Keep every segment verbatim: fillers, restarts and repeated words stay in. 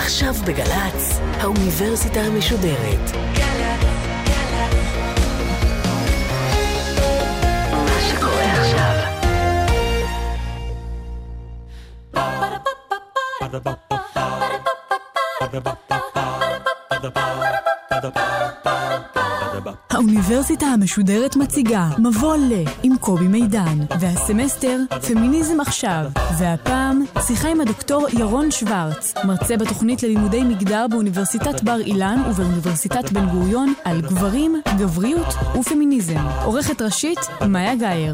עכשיו בגלץ, האוניברסיטה המשודרת. מה שקורה עכשיו. האוניברסיטה המשודרת מציגה מבוא ל עם קובי מידן, והסמסטר פמיניזם עכשיו, והפעם שיחה עם הדוקטור ירון שוורץ, מרצה בתוכנית ללימודי מגדר באוניברסיטת בר אילן ובאוניברסיטת בן גוריון על גברים, גבריות ופמיניזם. עורכת ראשית מאיה גייר.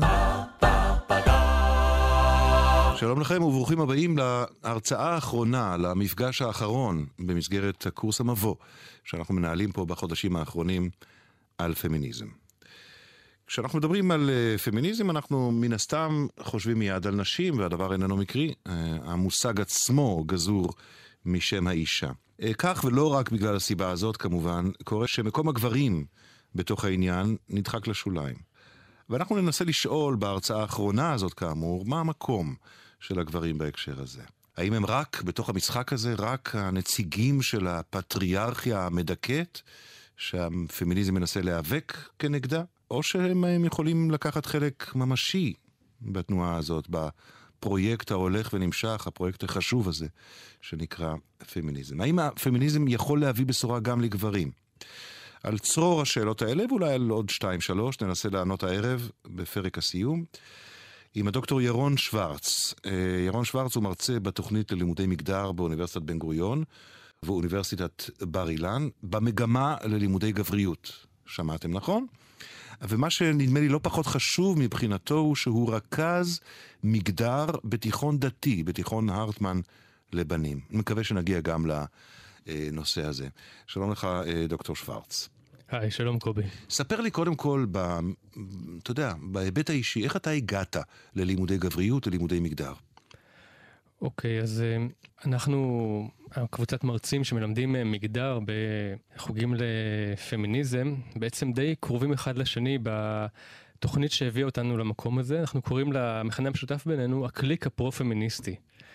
שלום לכם וברוכים הבאים להרצאה האחרונה, למפגש האחרון במסגרת הקורס המבוא שאנחנו מנהלים פה בחודשים האחרונים על פמיניזם. כשאנחנו מדברים על פמיניזם אנחנו מן הסתם חושבים מיד על נשים, והדבר איננו מקרי, המושג עצמו גזור משם האישה. כך ולא רק בגלל הסיבה הזאת כמובן, קורה שמקום הגברים בתוך העניין נדחק לשוליים. ואנחנו ננסה לשאול בהרצאה האחרונה הזאת כאמור, מה המקום של הגברים בהקשר הזה? האם הם רק, בתוך המשחק הזה, רק הנציגים של הפטריארכיה המדכאת, שהפמיניזם מנסה להיאבק כנגדה? או שהם יכולים לקחת חלק ממשי בתנועה הזאת, בפרויקט ההולך ונמשך, הפרויקט החשוב הזה, שנקרא פמיניזם? האם הפמיניזם יכול להביא בשורה גם לגברים? על צרור השאלות האלה, ואולי על עוד שתיים, שלוש, ננסה לענות הערב בפרק הסיום, עם הדוקטור ירון שוורץ. ירון שוורץ הוא מרצה בתוכנית ללימודי מגדר באוניברסיטת בן גוריון, ואוניברסיטת בר אילן, במגמה ללימודי גבריות. שמעתם נכון? ומה שנדמה לי לא פחות חשוב מבחינתו הוא שהוא רכז מגדר בתיכון דתי, בתיכון הרטמן לבנים. אני מקווה שנגיע גם לנושא הזה. שלום לך, דוקטור שוורץ. היי, שלום קובי. ספר לי קודם כל, ב, אתה יודע, בהיבט האישי, איך אתה הגעת ללימודי גבריות, ללימודי מגדר? אוקיי, אז אנחנו, קבוצת מרצים שמלמדים מגדר בחוגים לפמיניזם, בעצם די קרובים אחד לשני בתוכנית שהביאה אותנו למקום הזה. אנחנו קוראים למכנה המשותף בינינו הקליק הפרו-פמיניסטי.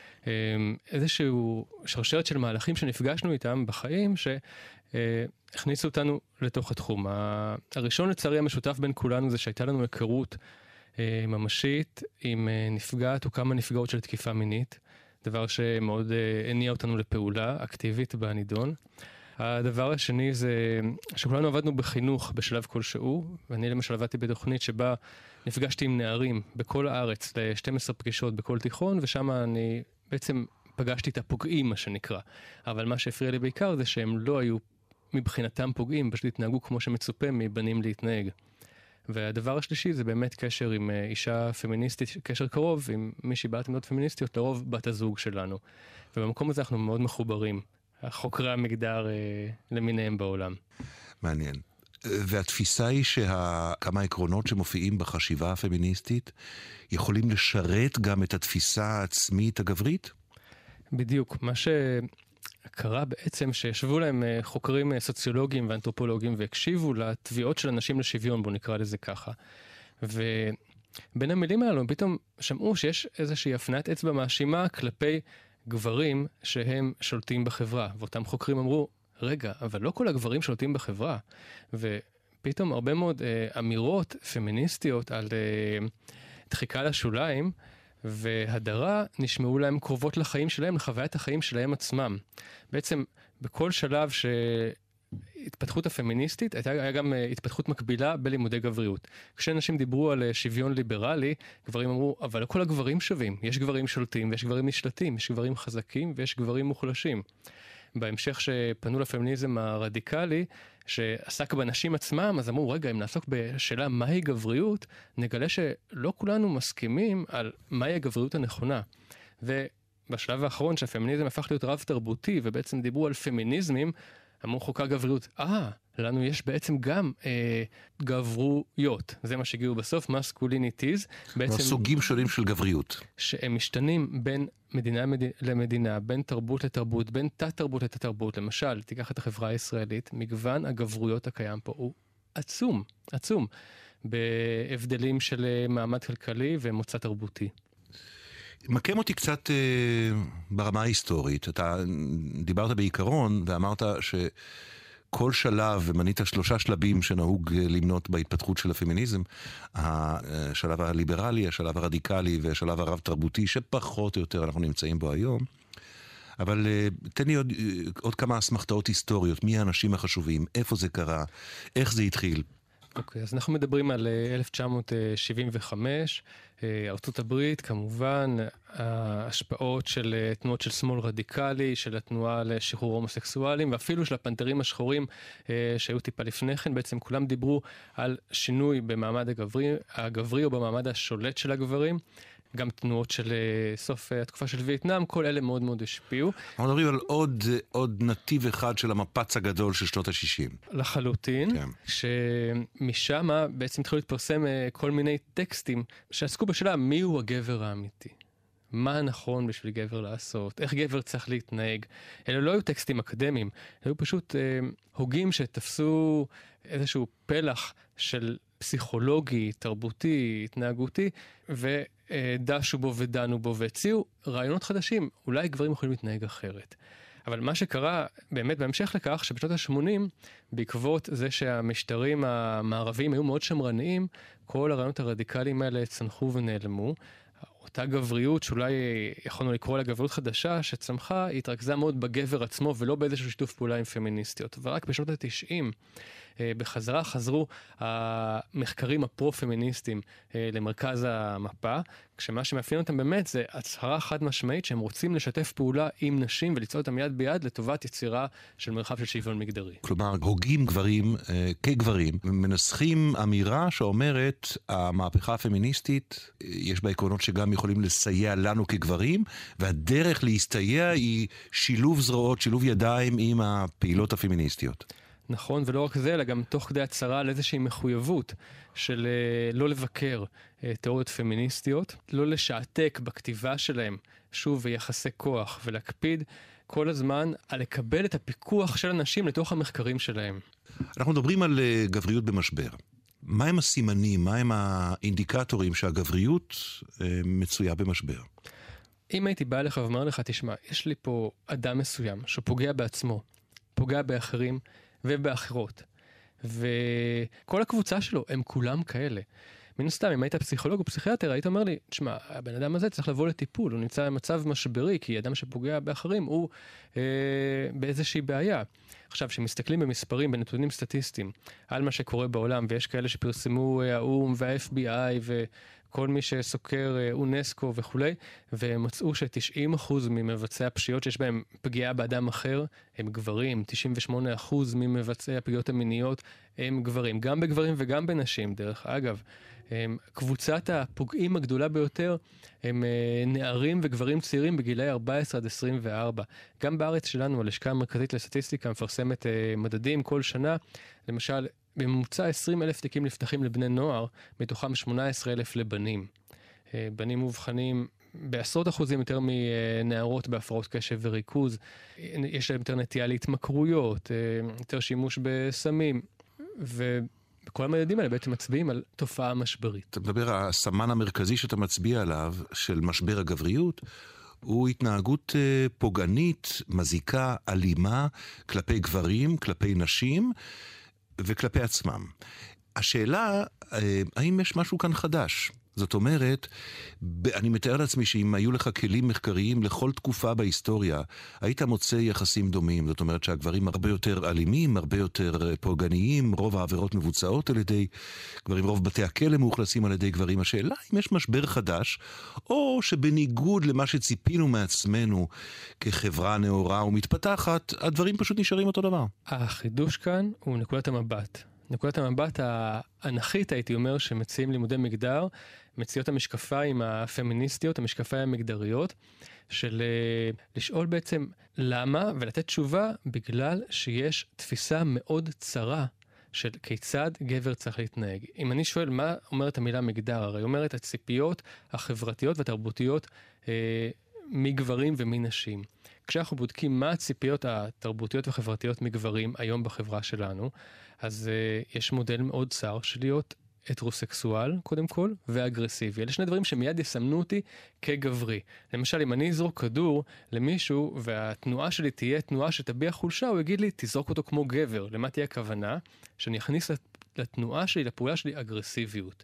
איזשהו שרשרת של מהלכים שנפגשנו איתם בחיים, שהכניסו אותנו לתוך התחום. הראשון לצערי המשותף בין כולנו זה שהייתה לנו היכרות ממשית עם נפגעת או כמה נפגעות של תקיפה מינית, דבר שמאוד הניע אותנו לפעולה אקטיבית בנידון. הדבר השני זה שכולנו עבדנו בחינוך בשלב כלשהו, ואני למשל עבדתי בתוכנית שבה נפגשתי עם נערים בכל הארץ ל-שתים עשרה פגישות בכל תיכון, ושם אני בעצם פגשתי את הפוגעים, מה שנקרא. אבל מה שהפריע לי בעיקר זה שהם לא היו מבחינתם פוגעים, פשוט התנהגו כמו שמצופה מבנים להתנהג. והדבר השלישי זה באמת קשר עם אישה פמיניסטית, קשר קרוב עם מישהי בעלת עמדות פמיניסטיות, לרוב בת הזוג שלנו. ובמקום הזה אנחנו מאוד מחוברים, חוקרי המגדר אה, למיניהם בעולם. מעניין. והתפיסה היא שכמה עקרונות שמופיעים בחשיבה הפמיניסטית יכולים לשרת גם את התפיסה העצמית הגברית? בדיוק. מה שקרה בעצם שישבו להם חוקרים סוציולוגיים ואנתרופולוגיים והקשיבו לתביעות של אנשים לשוויון, בוא נקרא לזה ככה. ובין המילים האלו הם פתאום שמעו שיש איזושהי הפניית אצבע מאשימה כלפי גברים שהם שולטים בחברה. ואותם חוקרים אמרו, רגע, אבל לא כל הגברים שולטים בחברה. ופתאום הרבה מאוד אה, אמירות פמיניסטיות על אה, דחיקה לשוליים והדרה נשמעו להם קרובות לחיים שלהם, לחוויית החיים שלהם עצמם. בעצם בכל שלב שהתפתחות הפמיניסטית, הייתה היה גם אה, התפתחות מקבילה בלימודי גבריות. כשאנשים דיברו על אה, שוויון ליברלי, גברים אמרו, אבל לא כל הגברים שווים. יש גברים שולטים ויש גברים נשלטים, יש גברים חזקים ויש גברים מוחלשים. בהמשך שפנו לפמיניזם הרדיקלי, שעסק בנשים עצמם, אז אמרו, רגע, אם נעסוק בשאלה מהי גבריות, נגלה שלא כולנו מסכימים על מהי הגבריות הנכונה. ובשלב האחרון שהפמיניזם הפך להיות רב תרבותי, ובעצם דיברו על פמיניזמים, אמרו חוקה גבריות, אה, לנו יש בעצם גם אה, גברויות. זה מה שהגיעו בסוף, מסקוליניטיז. בעצם סוגים שונים של גבריות. שהם משתנים בין מדינה למדינה, בין תרבות לתרבות, בין תת-תרבות לתת-תרבות. למשל, תיקח את החברה הישראלית, מגוון הגברויות הקיים פה הוא עצום, עצום, בהבדלים של מעמד כלכלי ומוצא תרבותי. מקם אותי קצת אה, ברמה ההיסטורית. אתה דיברת בעיקרון ואמרת שכל שלב, ומנית שלושה שלבים שנהוג למנות בהתפתחות של הפמיניזם, השלב הליברלי, השלב הרדיקלי והשלב הרב תרבותי, שפחות או יותר אנחנו נמצאים בו היום. אבל uh, תן לי עוד, uh, עוד כמה אסמכתאות היסטוריות, מי האנשים החשובים, איפה זה קרה, איך זה התחיל. אוקיי, okay, אז אנחנו מדברים על uh, אלף תשע מאות שבעים וחמש, uh, ארצות הברית, כמובן, ההשפעות של uh, תנועות של שמאל רדיקלי, של התנועה לשחרור הומוסקסואלים, ואפילו של הפנתרים השחורים uh, שהיו טיפה לפני כן, בעצם כולם דיברו על שינוי במעמד הגברי, הגברי או במעמד השולט של הגברים, גם תנועות של סוף התקופה של וייטנאם, כל אלה מאוד מאוד השפיעו. אנחנו מדברים על עוד, עוד נתיב אחד של המפץ הגדול של שנות ה-שישים. לחלוטין, כן. שמשם בעצם התחילו להתפרסם כל מיני טקסטים שעסקו בשאלה מיהו הגבר האמיתי. מה נכון בשביל גבר לעשות, איך גבר צריך להתנהג. אלה לא היו טקסטים אקדמיים, היו פשוט אה, הוגים שתפסו איזשהו פלח של פסיכולוגי, תרבותי, התנהגותי, ודשו בו ודנו בו והציעו רעיונות חדשים, אולי גברים יכולים להתנהג אחרת. אבל מה שקרה באמת בהמשך לכך, שבשנות ה-שמונים, בעקבות זה שהמשטרים המערביים היו מאוד שמרניים, כל הרעיונות הרדיקליים האלה צנחו ונעלמו. אותה גבריות, שאולי יכולנו לקרוא לה גבריות חדשה, שצמחה, היא התרכזה מאוד בגבר עצמו, ולא באיזשהו שיתוף פעולה עם פמיניסטיות. ורק בשנות ה-תשעים, בחזרה חזרו המחקרים הפרו-פמיניסטיים למרכז המפה, כשמה שמאפיין אותם באמת זה הצהרה חד משמעית שהם רוצים לשתף פעולה עם נשים ולצעוד אותם יד ביד לטובת יצירה של מרחב של שוויון מגדרי. כלומר, הוגים גברים אה, כגברים, מנסחים אמירה שאומרת, המהפכה הפמיניסטית, יש בה עקרונות שגם יכולים לסייע לנו כגברים, והדרך להסתייע היא שילוב זרועות, שילוב ידיים עם הפעילות הפמיניסטיות. נכון, ולא רק זה, אלא גם תוך כדי הצהרה על איזושהי מחויבות של לא לבקר תיאוריות פמיניסטיות, לא לשעתק בכתיבה שלהם, שוב, ביחסי כוח, ולהקפיד כל הזמן על לקבל את הפיקוח של אנשים לתוך המחקרים שלהם. אנחנו מדברים על גבריות במשבר. מה הם הסימנים, מה הם האינדיקטורים שהגבריות מצויה במשבר? אם הייתי בא לך ואומר לך, תשמע, יש לי פה אדם מסוים שפוגע בעצמו, פוגע באחרים, ובאחרות. וכל הקבוצה שלו, הם כולם כאלה. מן הסתם, אם היית פסיכולוג או פסיכיאטר, היית אומר לי, תשמע, הבן אדם הזה צריך לבוא לטיפול, הוא נמצא במצב משברי, כי אדם שפוגע באחרים הוא אה, באיזושהי בעיה. עכשיו, שמסתכלים במספרים, בנתונים סטטיסטיים, על מה שקורה בעולם, ויש כאלה שפרסמו האום וה-אף בי איי וכל מי שסוקר אונסקו וכולי, ומצאו ש-תשעים אחוז ממבצעי הפשיעות שיש בהם פגיעה באדם אחר, הם גברים, תשעים ושמונה אחוז ממבצעי הפגיעות המיניות הם גברים, גם בגברים וגם בנשים, דרך אגב. הם, קבוצת הפוגעים הגדולה ביותר הם נערים וגברים צעירים בגילי ארבע עשרה עד עשרים וארבע. גם בארץ שלנו, הלשכה המרכזית לסטטיסטיקה מפרסמת מדדים כל שנה, למשל, בממוצע עשרים אלף תיקים נפתחים לבני נוער, מתוכם שמונה עשרה אלף לבנים. בנים מובחנים בעשרות אחוזים יותר מנערות בהפרעות קשב וריכוז, יש להם יותר נטייה להתמכרויות, יותר שימוש בסמים, וכל המדדים האלה בעצם מצביעים על תופעה משברית. אתה מדבר, הסמן המרכזי שאתה מצביע עליו, של משבר הגבריות, הוא התנהגות פוגענית, מזיקה, אלימה, כלפי גברים, כלפי נשים, וכלפי עצמם. השאלה, האם יש משהו כאן חדש? זאת אומרת, אני מתאר לעצמי שאם היו לך כלים מחקריים לכל תקופה בהיסטוריה, היית מוצא יחסים דומים. זאת אומרת שהגברים הרבה יותר אלימים, הרבה יותר פוגעניים, רוב העבירות מבוצעות על ידי גברים, רוב בתי הכלא מאוכלסים על ידי גברים. השאלה אם יש משבר חדש, או שבניגוד למה שציפינו מעצמנו כחברה נאורה ומתפתחת, הדברים פשוט נשארים אותו דבר. החידוש כאן הוא נקודת המבט. נקודת המבט האנכית, הייתי אומר, שמציעים לימודי מגדר, מציעות המשקפיים הפמיניסטיות, המשקפיים המגדריות, של לשאול בעצם למה, ולתת תשובה בגלל שיש תפיסה מאוד צרה של כיצד גבר צריך להתנהג. אם אני שואל מה אומרת המילה מגדר, הרי אומרת הציפיות החברתיות והתרבותיות אה, מגברים ומנשים. כשאנחנו בודקים מה הציפיות התרבותיות והחברתיות מגברים היום בחברה שלנו, אז uh, יש מודל מאוד צר של להיות uh, הטרוסקסואל, קודם כל, ואגרסיבי. אלה שני דברים שמיד יסמנו אותי כגברי. למשל, אם אני אזרוק כדור למישהו, והתנועה שלי תהיה תנועה שתביע חולשה, הוא יגיד לי, תזרוק אותו כמו גבר. למה תהיה הכוונה? שאני אכניס לתנועה שלי, לפעולה שלי, אגרסיביות.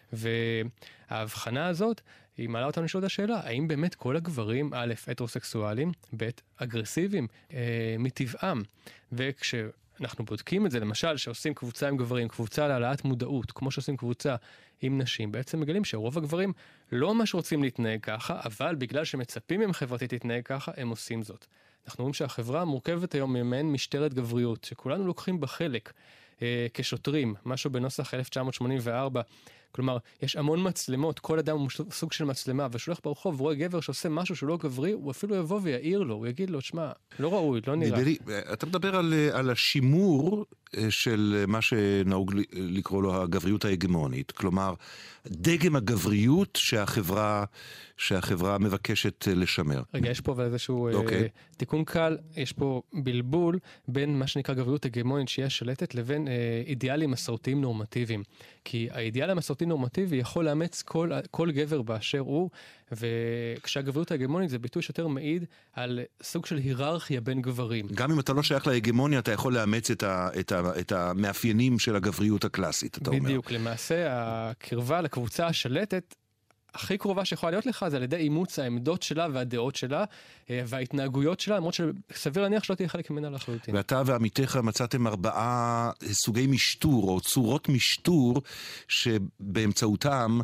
וההבחנה הזאת, היא מעלה אותנו לשאול את השאלה, האם באמת כל הגברים, א', הטרוסקסואלים, ב', אגרסיביים, אה, מטבעם. וכשאנחנו בודקים את זה, למשל, שעושים קבוצה עם גברים, קבוצה להעלאת מודעות, כמו שעושים קבוצה עם נשים, בעצם מגלים שרוב הגברים לא ממש רוצים להתנהג ככה, אבל בגלל שמצפים מהם חברתית להתנהג ככה, הם עושים זאת. אנחנו רואים שהחברה מורכבת היום ממעין משטרת גבריות, שכולנו לוקחים בה חלק אה, כשוטרים, משהו בנוסח אלף תשע מאות שמונים וארבע, כלומר, יש המון מצלמות, כל אדם הוא סוג של מצלמה, ושולח ברחוב ורואה גבר שעושה משהו שהוא לא גברי, הוא אפילו יבוא ויעיר לו, הוא יגיד לו, שמה, לא ראוי, לא נראה. דיברי, אתה מדבר על, על השימור של מה שנהוג לקרוא לו הגבריות ההגמונית, כלומר, דגם הגבריות שהחברה, שהחברה מבקשת לשמר. רגע, יש פה איזשהו okay. אה, תיקון קל, יש פה בלבול בין מה שנקרא גבריות הגמונית שהיא השלטת, לבין אה, אידיאלים מסורתיים נורמטיביים. כי האידיאל המסורתי נורמטיבי יכול לאמץ כל, כל גבר באשר הוא, וכשהגבריות ההגמונית זה ביטוי שיותר מעיד על סוג של היררכיה בין גברים. גם אם אתה לא שייך להגמוניה, אתה יכול לאמץ את, ה, את, ה, את המאפיינים של הגבריות הקלאסית, אתה אומר. בדיוק, למעשה הקרבה לקבוצה השלטת, הכי קרובה שיכולה להיות לך זה על ידי אימוץ העמדות שלה והדעות שלה וההתנהגויות שלה, למרות שסביר להניח שלא תהיה חלק ממנה לחלוטין. ואתה ועמיתך מצאתם ארבעה סוגי משטור או צורות משטור שבאמצעותם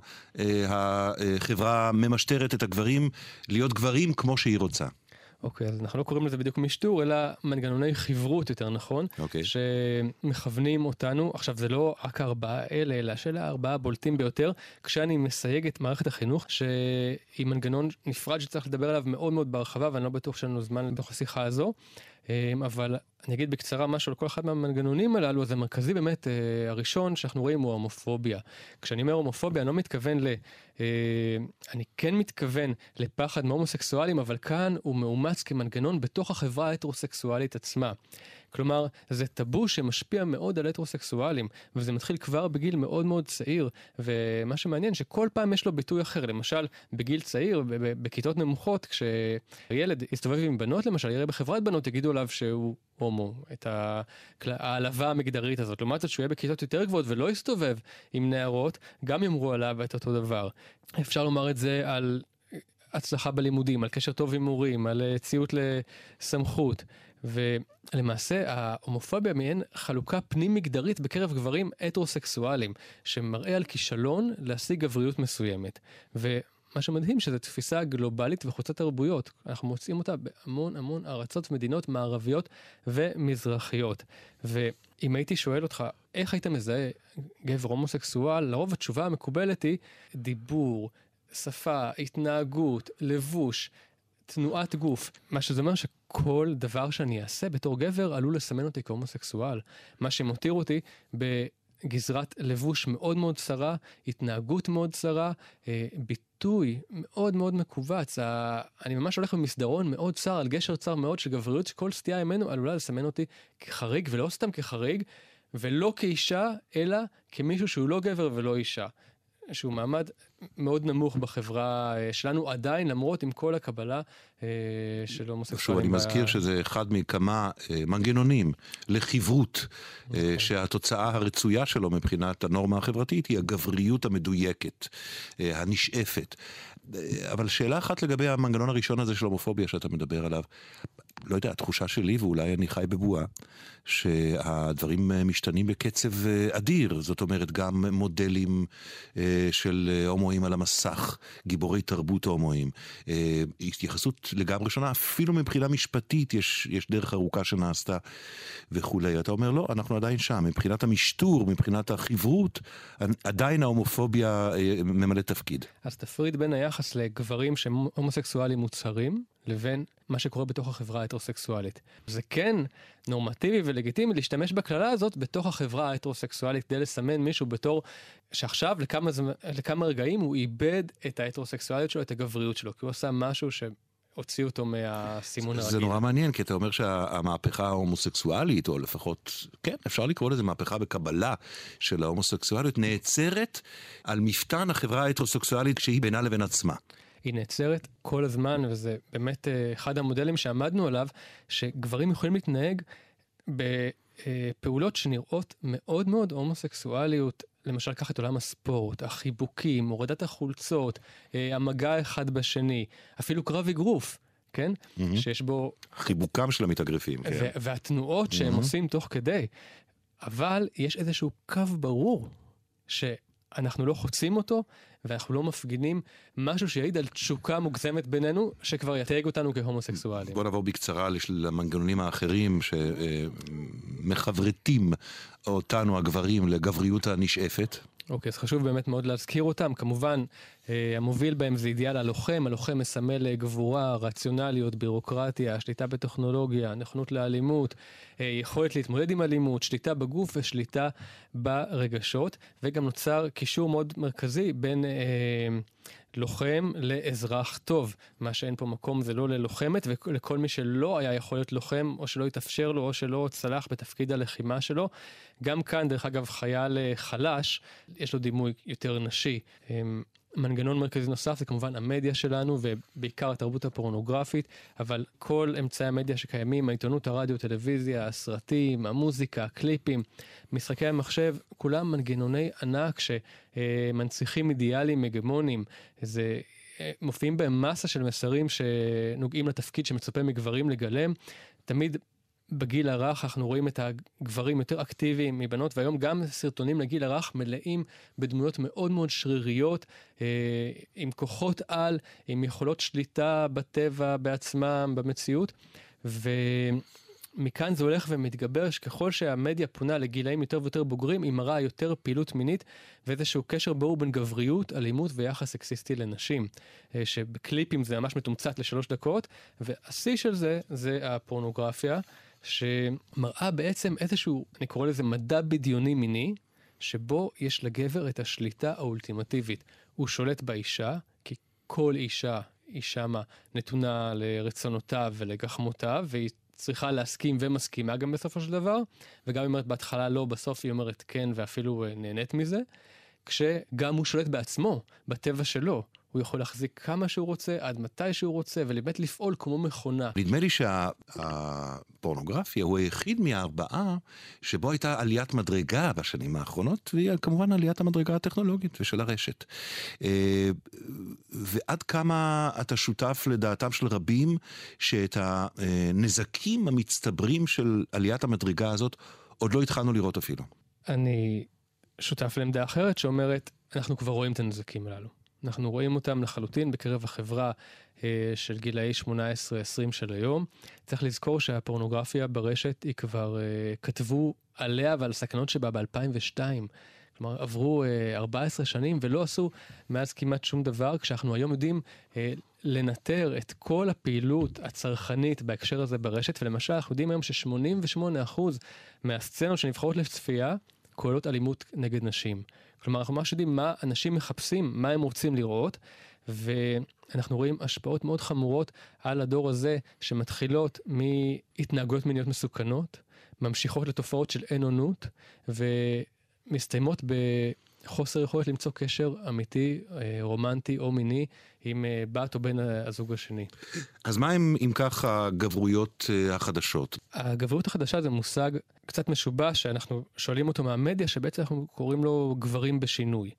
החברה ממשטרת את הגברים להיות גברים כמו שהיא רוצה. אוקיי, אז אנחנו לא קוראים לזה בדיוק משטור, אלא מנגנוני חברות יותר נכון, אוקיי. שמכוונים אותנו. עכשיו, זה לא רק ארבעה אלה, אלא שאלה ארבעה בולטים ביותר, כשאני מסייג את מערכת החינוך, שהיא מנגנון נפרד שצריך לדבר עליו מאוד מאוד בהרחבה, ואני לא בטוח שאנו זמן בתוך השיחה הזו, אבל אני אגיד בקצרה משהו על כל אחד מהמנגנונים הללו, אז המרכזי באמת הראשון שאנחנו רואים הוא הומופוביה. כשאני אומר הומופוביה, אני לא מתכוון ל... אני כן מתכוון לפחד מהומוסקסואלים, אבל כאן הוא מאומץ כמנגנון בתוך החברה ההטרוסקסואלית עצמה. כלומר, זה טאבו שמשפיע מאוד על הטרוסקסואלים, וזה מתחיל כבר בגיל מאוד מאוד צעיר, ומה שמעניין שכל פעם יש לו ביטוי אחר. למשל, בגיל צעיר, בכיתות נמוכות, כשילד יסתובב עם בנות, למשל, יראה בחברת בנות, יגידו עליו שהוא הומו, את העלבה המגדרית הזאת. לעומת זאת, שהוא יהיה בכיתות יותר גבוהות ולא יסתובב עם נערות, גם יאמרו עליו את אותו דבר. אפשר לומר את זה על הצלחה בלימודים, על קשר טוב עם מורים, על ציות לסמכות. ולמעשה ההומופוביה מעין חלוקה פנים מגדרית בקרב גברים הטרוסקסואלים, שמראה על כישלון להשיג גבריות מסוימת. ומה שמדהים שזו תפיסה גלובלית וחוצת תרבויות. אנחנו מוצאים אותה בהמון המון ארצות ומדינות מערביות ומזרחיות. ואם הייתי שואל אותך, איך היית מזהה גבר הומוסקסואל? לרוב התשובה המקובלת היא דיבור, שפה, התנהגות, לבוש, תנועת גוף. מה שזה אומר שכל דבר שאני אעשה בתור גבר עלול לסמן אותי כהומוסקסואל. מה שמותיר אותי בגזרת לבוש מאוד מאוד צרה, התנהגות מאוד צרה, ביטוי מאוד מאוד מקובץ. אני ממש הולך במסדרון מאוד צר, על גשר צר מאוד של גבריות, שכל סטייה ממנו עלולה לסמן אותי כחריג, ולא סתם כחריג, ולא כאישה, אלא כמישהו שהוא לא גבר ולא אישה. שהוא מעמד מאוד נמוך בחברה שלנו עדיין, למרות עם כל הקבלה של הומוסקסואלים. שוב, אני מזכיר שזה אחד מכמה מנגנונים לחברות, שהתוצאה הרצויה שלו מבחינת הנורמה החברתית היא הגבריות המדויקת, הנשאפת. אבל שאלה אחת לגבי המנגנון הראשון הזה של הומופוביה שאתה מדבר עליו, לא יודע, התחושה שלי, ואולי אני חי בבועה, שהדברים משתנים בקצב אדיר, זאת אומרת גם מודלים של הומואים על המסך, גיבורי תרבות הומואים, התייחסות לגמרי שונה, אפילו מבחינה משפטית יש, יש דרך ארוכה שנעשתה וכולי. אתה אומר לא, אנחנו עדיין שם, מבחינת המשטור, מבחינת החברות, עדיין ההומופוביה ממלא תפקיד. אז תפריד בין היחס לגברים שהם הומוסקסואלים מוצהרים, לבין מה שקורה בתוך החברה ההטרוסקסואלית. זה כן נורמטיבי ולגיטימי להשתמש בכללה הזאת בתוך החברה ההטרוסקסואלית, כדי לסמן מישהו בתור שעכשיו לכמה, לכמה רגעים הוא איבד את ההטרוסקסואליות שלו, את הגבריות שלו, כי הוא עושה משהו הוציאו אותו מהסימון הרגיל. זה נורא מעניין, כי אתה אומר שהמהפכה ההומוסקסואלית, או לפחות, כן, אפשר לקרוא לזה מהפכה בקבלה של ההומוסקסואליות, נעצרת על מפתן החברה ההטרוסקסואלית שהיא בינה לבין עצמה. היא נעצרת כל הזמן, וזה באמת אחד המודלים שעמדנו עליו, שגברים יכולים להתנהג בפעולות שנראות מאוד מאוד הומוסקסואליות, למשל, קח את עולם הספורט, החיבוקים, הורדת החולצות, המגע אחד בשני, אפילו קרב אגרוף, כן? Mm-hmm. שיש בו... חיבוקם של המתאגרפים, כן. ו- והתנועות שהם mm-hmm. עושים תוך כדי. אבל יש איזשהו קו ברור שאנחנו לא חוצים אותו, ואנחנו לא מפגינים משהו שיעיד על תשוקה מוגזמת בינינו, שכבר יתייג אותנו כהומוסקסואלים. בוא נעבור בקצרה למנגנונים האחרים שמחברתים אותנו הגברים לגבריות הנשאפת. אוקיי, אז חשוב באמת מאוד להזכיר אותם. כמובן, המוביל בהם זה אידיאל הלוחם. הלוחם מסמל גבורה, רציונליות, בירוקרטיה, שליטה בטכנולוגיה, נכונות לאלימות, יכולת להתמודד עם אלימות, שליטה בגוף ושליטה ברגשות. וגם נוצר קישור מאוד מרכזי בין אה, לוחם לאזרח טוב. מה שאין פה מקום זה לא ללוחמת, ולכל מי שלא היה יכול להיות לוחם, או שלא יתאפשר לו, או שלא צלח בתפקיד הלחימה שלו. גם כאן, דרך אגב, חייל חלש, יש לו דימוי יותר נשי. מנגנון מרכזי נוסף זה כמובן המדיה שלנו, ובעיקר התרבות הפורנוגרפית, אבל כל אמצעי המדיה שקיימים, העיתונות, הרדיו, טלוויזיה, הסרטים, המוזיקה, הקליפים, משחקי המחשב, כולם מנגנוני ענק שמנציחים אידיאלים מגמונים. זה מופיעים בהם מסה של מסרים שנוגעים לתפקיד שמצופה מגברים לגלם. תמיד בגיל הרך אנחנו רואים את הגברים יותר אקטיביים מבנות, והיום גם סרטונים לגיל הרך מלאים בדמויות מאוד מאוד שריריות, אה, עם כוחות על, עם יכולות שליטה בטבע, בעצמם, במציאות, ומכאן זה הולך ומתגבר, שככל שהמדיה פונה לגילאים יותר ויותר בוגרים, היא מראה יותר פעילות מינית, ואיזשהו קשר ברור בין גבריות, אלימות ויחס סקסיסטי לנשים, אה, שבקליפים זה ממש מתומצת לשלוש דקות, והשיא של זה, זה הפורנוגרפיה, שמראה בעצם איזשהו, אני קורא לזה מדע בדיוני מיני, שבו יש לגבר את השליטה האולטימטיבית. הוא שולט באישה, כי כל אישה, אישה מה, נתונה לרצונותיו ולגחמותיו, והיא צריכה להסכים ומסכימה גם בסופו של דבר, וגם היא אומרת בהתחלה לא, בסוף היא אומרת כן, ואפילו נהנית מזה, כשגם הוא שולט בעצמו, בטבע שלו. הוא יכול להחזיק כמה שהוא רוצה, עד מתי שהוא רוצה, ולבית לפעול כמו מכונה. נדמה לי שהפורנוגרפיה הוא היחיד מהארבעה שבו הייתה עליית מדרגה בשנים האחרונות, והיא כמובן עליית המדרגה הטכנולוגית ושל הרשת. ועד כמה אתה שותף לדעתם של רבים, שאת הנזקים המצטברים של עליית המדרגה הזאת עוד לא התחלנו לראות אפילו. אני שותף לעמדה אחרת שאומרת, אנחנו כבר רואים את הנזקים הללו. אנחנו רואים אותם לחלוטין בקרב החברה אה, של גילאי שמונה עשרה עשרים של היום. צריך לזכור שהפורנוגרפיה ברשת היא כבר אה, כתבו עליה ועל סכנות שבה ב-אלפיים ושתיים. כלומר, עברו אה, ארבע עשרה שנים ולא עשו מאז כמעט שום דבר, כשאנחנו היום יודעים אה, לנטר את כל הפעילות הצרכנית בהקשר הזה ברשת, ולמשל אנחנו יודעים היום ש-שמונים ושמונה אחוז מהסצנות שנבחרות לצפייה, כוללות אלימות נגד נשים. כלומר, אנחנו ממש יודעים מה אנשים מחפשים, מה הם רוצים לראות, ואנחנו רואים השפעות מאוד חמורות על הדור הזה, שמתחילות מהתנהגויות מיניות מסוכנות, ממשיכות לתופעות של אין-אונות, ומסתיימות בחוסר יכולת למצוא קשר אמיתי, רומנטי או מיני, עם בת או בן הזוג השני. אז מה הם, אם כך, הגברויות החדשות? הגברויות החדשה זה מושג קצת משובש, שאנחנו שואלים אותו מהמדיה, שבעצם אנחנו קוראים לו גברים בשינוי.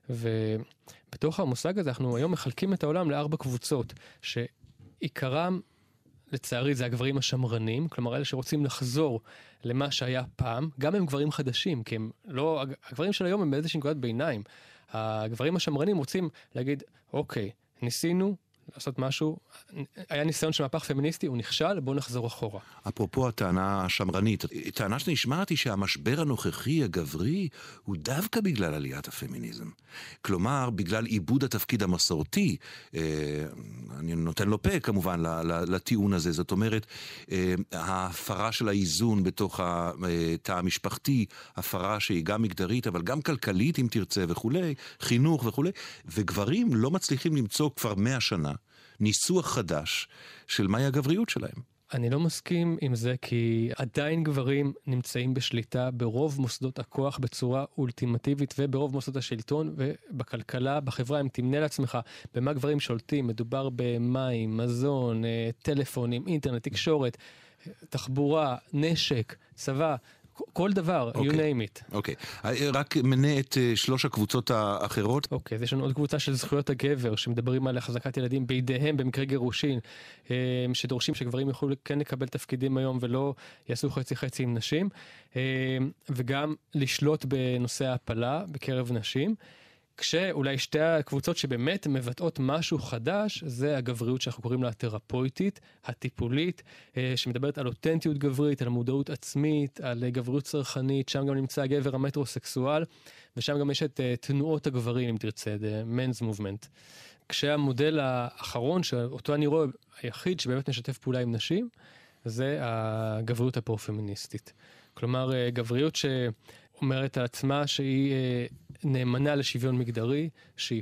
ובתוך המושג הזה אנחנו היום מחלקים את העולם לארבע קבוצות, שעיקרם, לצערי, זה הגברים השמרנים, כלומר אלה שרוצים לחזור למה שהיה פעם, גם הם גברים חדשים, כי הם לא, הגברים של היום הם באיזושהי נקודת ביניים. הגברים השמרנים רוצים להגיד, אוקיי, ניסינו לעשות משהו, היה ניסיון של מהפך פמיניסטי, הוא נכשל, בואו נחזור אחורה. אפרופו הטענה השמרנית, הטענה שנשמעת היא שהמשבר הנוכחי הגברי הוא דווקא בגלל עליית הפמיניזם. כלומר, בגלל עיבוד התפקיד המסורתי, אני נותן לו פה כמובן לטיעון הזה, זאת אומרת, ההפרה של האיזון בתוך התא המשפחתי, הפרה שהיא גם מגדרית, אבל גם כלכלית אם תרצה וכו', חינוך וכו', וגברים לא מצליחים למצוא כבר מאה שנה, ניסוח חדש של מהי הגבריות שלהם. אני לא מסכים עם זה, כי עדיין גברים נמצאים בשליטה ברוב מוסדות הכוח בצורה אולטימטיבית, וברוב מוסדות השלטון ובכלכלה, בחברה. אם תמנה לעצמך במה גברים שולטים, מדובר במים, מזון, טלפונים, אינטרנט, תקשורת, תחבורה, נשק, צבא, כל דבר, okay. you name it. אוקיי, okay. רק מנה את uh, שלוש הקבוצות האחרות. אוקיי, okay, אז יש לנו עוד קבוצה של זכויות הגבר, שמדברים על החזקת ילדים בידיהם במקרה גירושין, שדורשים שגברים יוכלו כן לקבל תפקידים היום, ולא יעשו חצי חצי עם נשים, וגם לשלוט בנושא ההפלה בקרב נשים, כשאולי שתי הקבוצות שבאמת מבטאות משהו חדש, זה הגבריות שאנחנו קוראים לה התרפויטית, הטיפולית, שמדברת על אותנטיות גברית, על מודעות עצמית, על גבריות צרכנית, שם גם נמצא הגבר המטרוסקסואל, ושם גם יש את תנועות הגברים, אם תרצה, the men's movement. כשהמודל האחרון, שאותו אני רואה היחיד שבאמת משתף פעולה עם נשים, זה הגבריות הפרו-פמיניסטית. כלומר, גבריות שאומרת על עצמה שהיא נאמנה לשוויון מגדרי, שהיא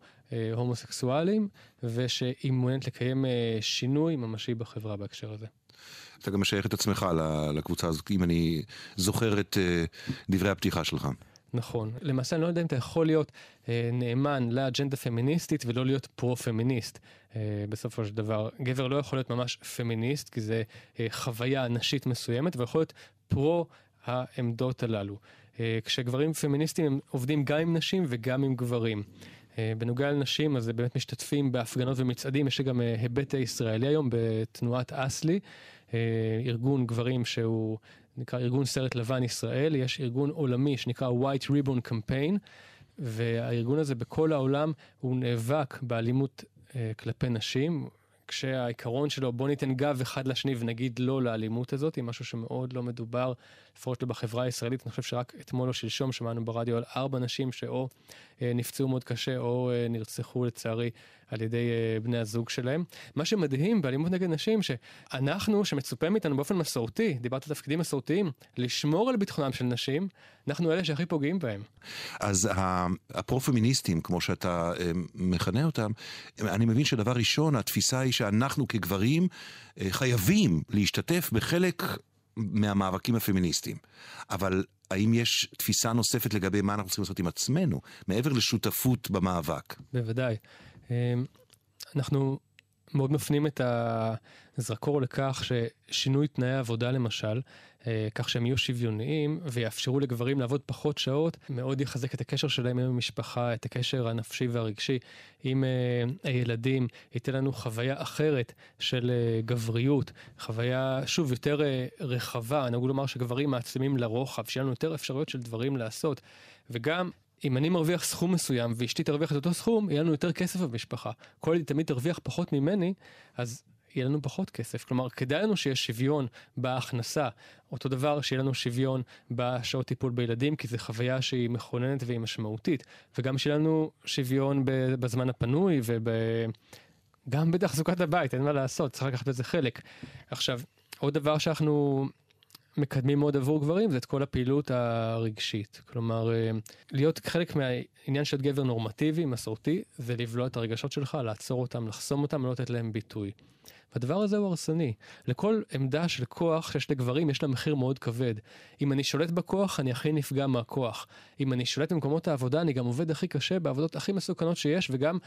פרו-הומוסקסואלים, ושהיא מעוניינת לקיים שינוי ממשי בחברה בהקשר הזה. אתה גם משייך את עצמך לקבוצה הזאת, אם אני זוכר את דברי הפתיחה שלך. נכון. למעשה אני לא יודע אם אתה יכול להיות אה, נאמן לאג'נדה פמיניסטית ולא להיות פרו-פמיניסט. אה, בסופו של דבר, גבר לא יכול להיות ממש פמיניסט, כי זה אה, חוויה נשית מסוימת, ויכול להיות פרו העמדות הללו. אה, כשגברים פמיניסטים הם עובדים גם עם נשים וגם עם גברים. אה, בנוגע לנשים, אז באמת משתתפים בהפגנות ומצעדים. יש גם אה, היבט הישראלי היום בתנועת אסלי, אה, ארגון גברים שהוא נקרא ארגון סרט לבן ישראל, יש ארגון עולמי שנקרא White Ribbon Campaign, והארגון הזה בכל העולם הוא נאבק באלימות אה, כלפי נשים, כשהעיקרון שלו בוא ניתן גב אחד לשני ונגיד לא לאלימות הזאת, היא משהו שמאוד לא מדובר, לפחות לא בחברה הישראלית. אני חושב שרק אתמול או שלשום שמענו ברדיו על ארבע נשים שאו אה, נפצעו מאוד קשה או אה, נרצחו לצערי על ידי אה, בני הזוג שלהם. מה שמדהים באלימות נגד נשים, שאנחנו, שמצופה מאיתנו באופן מסורתי, דיברת על תפקידים מסורתיים, לשמור על ביטחונם של נשים, אנחנו אלה שהכי פוגעים בהם. אז הפרו-פמיניסטים, כמו שאתה מכנה אותם, אני מבין שדבר ראשון, התפיסה היא שאנחנו כגברים חייבים להשתתף בחלק מהמאבקים הפמיניסטיים. אבל האם יש תפיסה נוספת לגבי מה אנחנו צריכים לעשות עם עצמנו, מעבר לשותפות במאבק? בוודאי. אנחנו מאוד מפנים את הזרקור לכך ששינוי תנאי העבודה למשל, כך שהם יהיו שוויוניים ויאפשרו לגברים לעבוד פחות שעות, מאוד יחזק את הקשר שלהם עם המשפחה, את הקשר הנפשי והרגשי עם הילדים, ייתן לנו חוויה אחרת של גבריות, חוויה שוב יותר רחבה. נהוג לומר שגברים מעצמים לרוחב, שיהיה לנו יותר אפשרויות של דברים לעשות, וגם אם אני מרוויח סכום מסוים ואשתי תרוויח את אותו סכום, יהיה לנו יותר כסף במשפחה. כל היא תמיד תרוויח פחות ממני, אז יהיה לנו פחות כסף. כלומר, כדאי לנו שיש שוויון בהכנסה. אותו דבר שיהיה לנו שוויון בשעות טיפול בילדים, כי זו חוויה שהיא מכוננת והיא משמעותית. וגם שיהיה לנו שוויון בזמן הפנוי וגם בתחזוקת הבית, אין מה לעשות, צריך לקחת בזה חלק. עכשיו, עוד דבר שאנחנו מקדמים מאוד עבור גברים, זה את כל הפעילות הרגשית. כלומר, להיות חלק מהעניין של גבר נורמטיבי, מסורתי, זה לבלוע את הרגשות שלך, לעצור אותם, לחסום אותם, לא לתת להם ביטוי. והדבר הזה הוא הרסני. לכל עמדה של כוח שיש לגברים, יש לה מחיר מאוד כבד. אם אני שולט בכוח, אני הכי נפגע מהכוח. אם אני שולט במקומות העבודה, אני גם עובד הכי קשה, בעבודות הכי מסוכנות שיש, וגם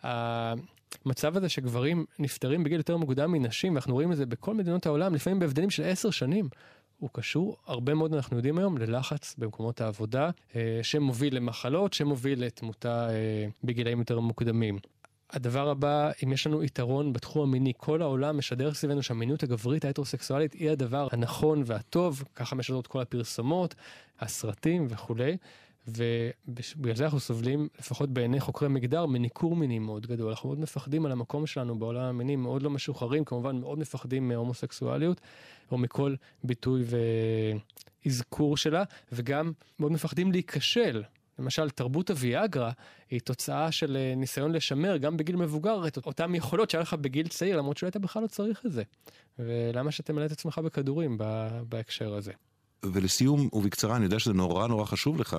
המצב הזה שגברים נפטרים בגיל יותר מוקדם מנשים, ואנחנו רואים את זה בכל מדינות העולם, לפעמים בהבדלים של עשר שנים. הוא קשור, הרבה מאוד אנחנו יודעים היום, ללחץ במקומות העבודה, שמוביל למחלות, שמוביל לתמותה בגילאים יותר מוקדמים. הדבר הבא, אם יש לנו יתרון בתחום המיני, כל העולם משדר סביבנו שהמיניות הגברית ההטרוסקסואלית היא הדבר הנכון והטוב, ככה משדרות כל הפרסומות, הסרטים וכו'. ובגלל זה אנחנו סובלים, לפחות בעיני חוקרי מגדר, מניקור מיני מאוד גדול. אנחנו מאוד מפחדים על המקום שלנו בעולם המיני, מאוד לא משוחררים, כמובן מאוד מפחדים מהומוסקסואליות, או מכל ביטוי והזכור שלה, וגם מאוד מפחדים להיכשל. למשל, תרבות הוויאגרה היא תוצאה של ניסיון לשמר גם בגיל מבוגר את אותם יכולות שהיה לך בגיל צעיר, למרות שאתה בכלל לא צריך את זה. ולמה שאתה מלא את עצמך בכדורים בהקשר הזה? ולסיום, ובקצרה, אני יודע שזה נורא נורא חשוב לך,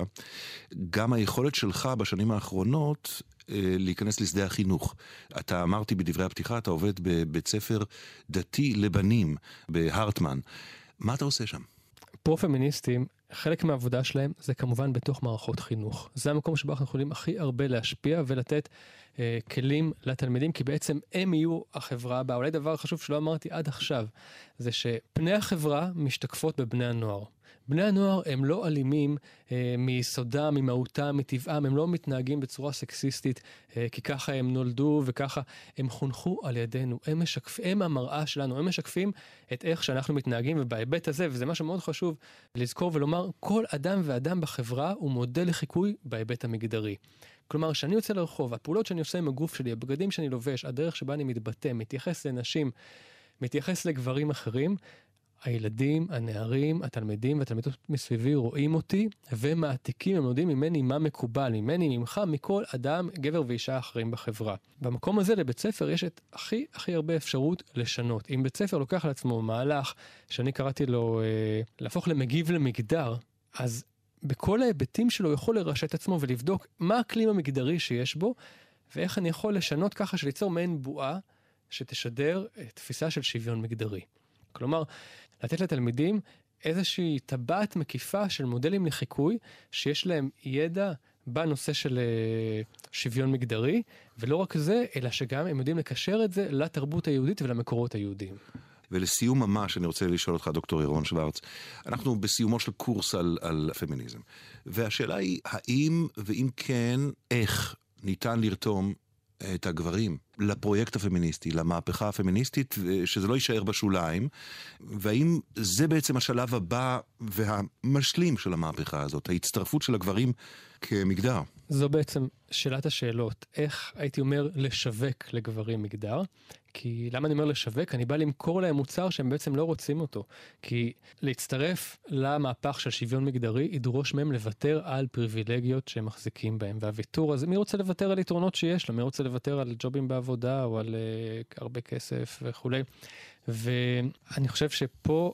גם היכולת שלך בשנים האחרונות להיכנס לשדה החינוך. אתה אמרתי בדברי הפתיחה, אתה עובד בבית ספר דתי לבנים בהרטמן. מה אתה עושה שם? פרו-פמיניסטים, חלק מהעבודה שלהם זה כמובן בתוך מערכות חינוך. זה המקום שבו אנחנו יכולים הכי הרבה להשפיע ולתת אה, כלים לתלמידים, כי בעצם הם יהיו החברה הבאה. אולי דבר חשוב שלא אמרתי עד עכשיו, זה שפני החברה משתקפות בבני הנוער. בני הנוער הם לא אלימים אה, מיסודם, ממהותם, מטבעם, הם לא מתנהגים בצורה סקסיסטית, אה, כי ככה הם נולדו וככה הם חונכו על ידינו, הם, משקפ, הם המראה שלנו, הם משקפים את איך שאנחנו מתנהגים, ובהיבט הזה, וזה משהו מאוד חשוב לזכור ולומר, כל אדם ואדם בחברה הוא מודל לחיקוי בהיבט המגדרי. כלומר, כשאני יוצא לרחוב, הפעולות שאני עושה עם הגוף שלי, הבגדים שאני לובש, הדרך שבה אני מתבטא, מתייחס לנשים, מתייחס לגברים אחרים, הילדים, הנערים, התלמידים והתלמידות מסביבי רואים אותי ומעתיקים, הם יודעים ממני מה מקובל, ממני, ממך, מכל אדם, גבר ואישה אחרים בחברה. במקום הזה לבית ספר יש את הכי הכי הרבה אפשרות לשנות. אם בית ספר לוקח על עצמו מהלך שאני קראתי לו אה, להפוך למגיב למגדר, אז בכל ההיבטים שלו יכול לרשת עצמו ולבדוק מה האקלים המגדרי שיש בו, ואיך אני יכול לשנות ככה שליצור מעין בועה שתשדר תפיסה של שוויון מגדרי. כלומר, לתת לתלמידים איזושהי טבעת מקיפה של מודלים לחיקוי, שיש להם ידע בנושא של שוויון מגדרי, ולא רק זה, אלא שגם הם יודעים לקשר את זה לתרבות היהודית ולמקורות היהודיים. ולסיום ממש, אני רוצה לשאול אותך, דוקטור ירון שוורץ, אנחנו בסיומו של קורס על, על פמיניזם, והשאלה היא, האם ואם כן, איך ניתן לרתום את הגברים לפרויקט הפמיניסטי, למהפכה הפמיניסטית, שזה לא יישאר בשוליים, והאם זה בעצם השלב הבא והמשלים של המהפכה הזאת, ההצטרפות של הגברים כמגדר? זו בעצם שאלת השאלות, איך הייתי אומר לשווק לגברים מגדר, כי למה אני אומר לשווק? אני בא למכור להם מוצר שהם בעצם לא רוצים אותו, כי להצטרף למהפך של שוויון מגדרי ידרוש מהם לוותר על פריבילגיות שהם מחזיקים בהם, והוויתור הזה, מי רוצה לוותר על יתרונות שיש לו? מי רוצה לוותר על ג'ובים בעבודה או על uh, הרבה כסף וכו'. ואני חושב שפה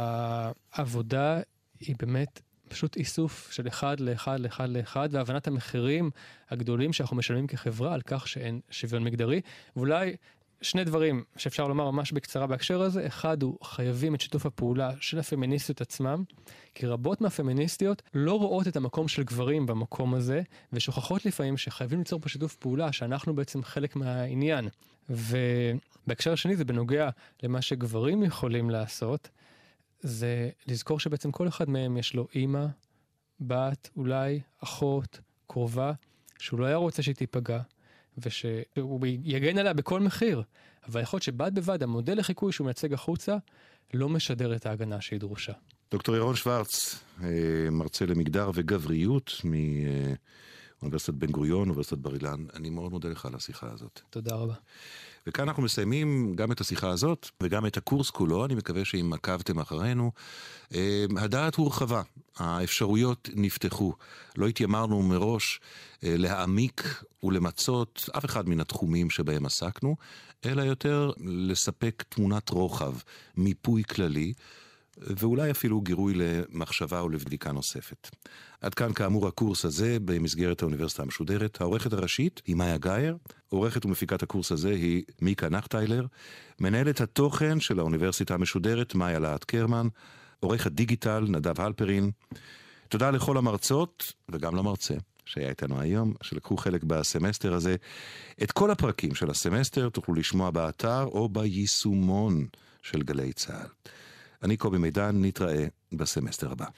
העבודה היא באמת פשוט איסוף של אחד לאחד לאחד לאחד, והבנת המחירים הגדולים שאנחנו משלמים כחברה על כך שאין שוויון מגדרי. ואולי שני דברים שאפשר לומר ממש בקצרה בהקשר הזה. אחד הוא חייבים את שיתוף הפעולה של הפמיניסטיות עצמם, כי רבות מהפמיניסטיות לא רואות את המקום של גברים במקום הזה, ושוכחות לפעמים שחייבים ליצור פה שיתוף פעולה, שאנחנו בעצם חלק מהעניין. ובהקשר השני זה בנוגע למה שגברים יכולים לעשות, זה לזכור שבעצם כל אחד מהם יש לו אימא, בת, אולי אחות, קרובה, שהוא לא היה רוצה שהיא תיפגע, ושהוא יגן עליה בכל מחיר. אבל יכול להיות שבד בבד המודל לחיקוי שהוא מייצג החוצה לא משדר את ההגנה שהיא דרושה. דוקטור ירון שוורץ, מרצה למגדר וגבריות מאוניברסיטת בן גוריון, אוניברסיטת בר אילן, אני מאוד מודה לך על השיחה הזאת. תודה רבה. וכאן אנחנו מסיימים גם את השיחה הזאת וגם את הקורס כולו. אני מקווה שאם עקבתם אחרינו, הדעת הורחבה, האפשרויות נפתחו. לא התיימרנו מראש להעמיק ולמצות אף אחד מן התחומים שבהם עסקנו, אלא יותר לספק תמונת רוחב, מיפוי כללי, ואולי אפילו גירוי למחשבה ולבדיקה נוספת. עד כאן כאמור הקורס הזה במסגרת האוניברסיטה המשודרת. העורכת הראשית היא מאיה גייר, עורכת ומפיקת הקורס הזה היא מיקה נחטיילר, מנהלת התוכן של האוניברסיטה המשודרת מאיה להט קרמן, עורך הדיגיטל נדב הלפרין. תודה לכל המרצות וגם למרצה שהיה איתנו היום, שלקחו חלק בסמסטר הזה. את כל הפרקים של הסמסטר תוכלו לשמוע באתר או ביישומון של גלי צהל. אני קובי מידן, נתראה בסמסטר הבא.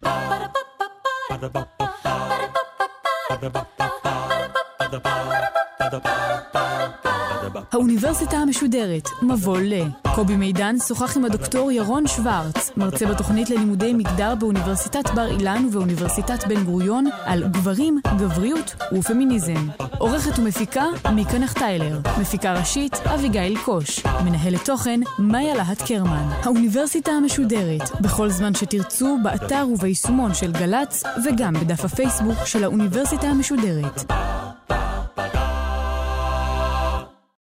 האוניברסיטה המשודרת, מבוא ל. קובי מידן שוחח עם הדוקטור ירון שוורץ, מרצה בתוכנית ללימודי מגדר באוניברסיטת בר אילן ובאוניברסיטת בן גוריון, על גברים, גבריות ופמיניזם. עורכת ומפיקה מיקה נחטיילר, מפיקה ראשית אביגיל קוש, מנהלת תוכן מאיה להט קרמן. האוניברסיטה המשודרת, בכל זמן שתרצו, באתר וביישומון של גלץ וגם בדף הפייסבוק של האוניברסיטה המשודרת.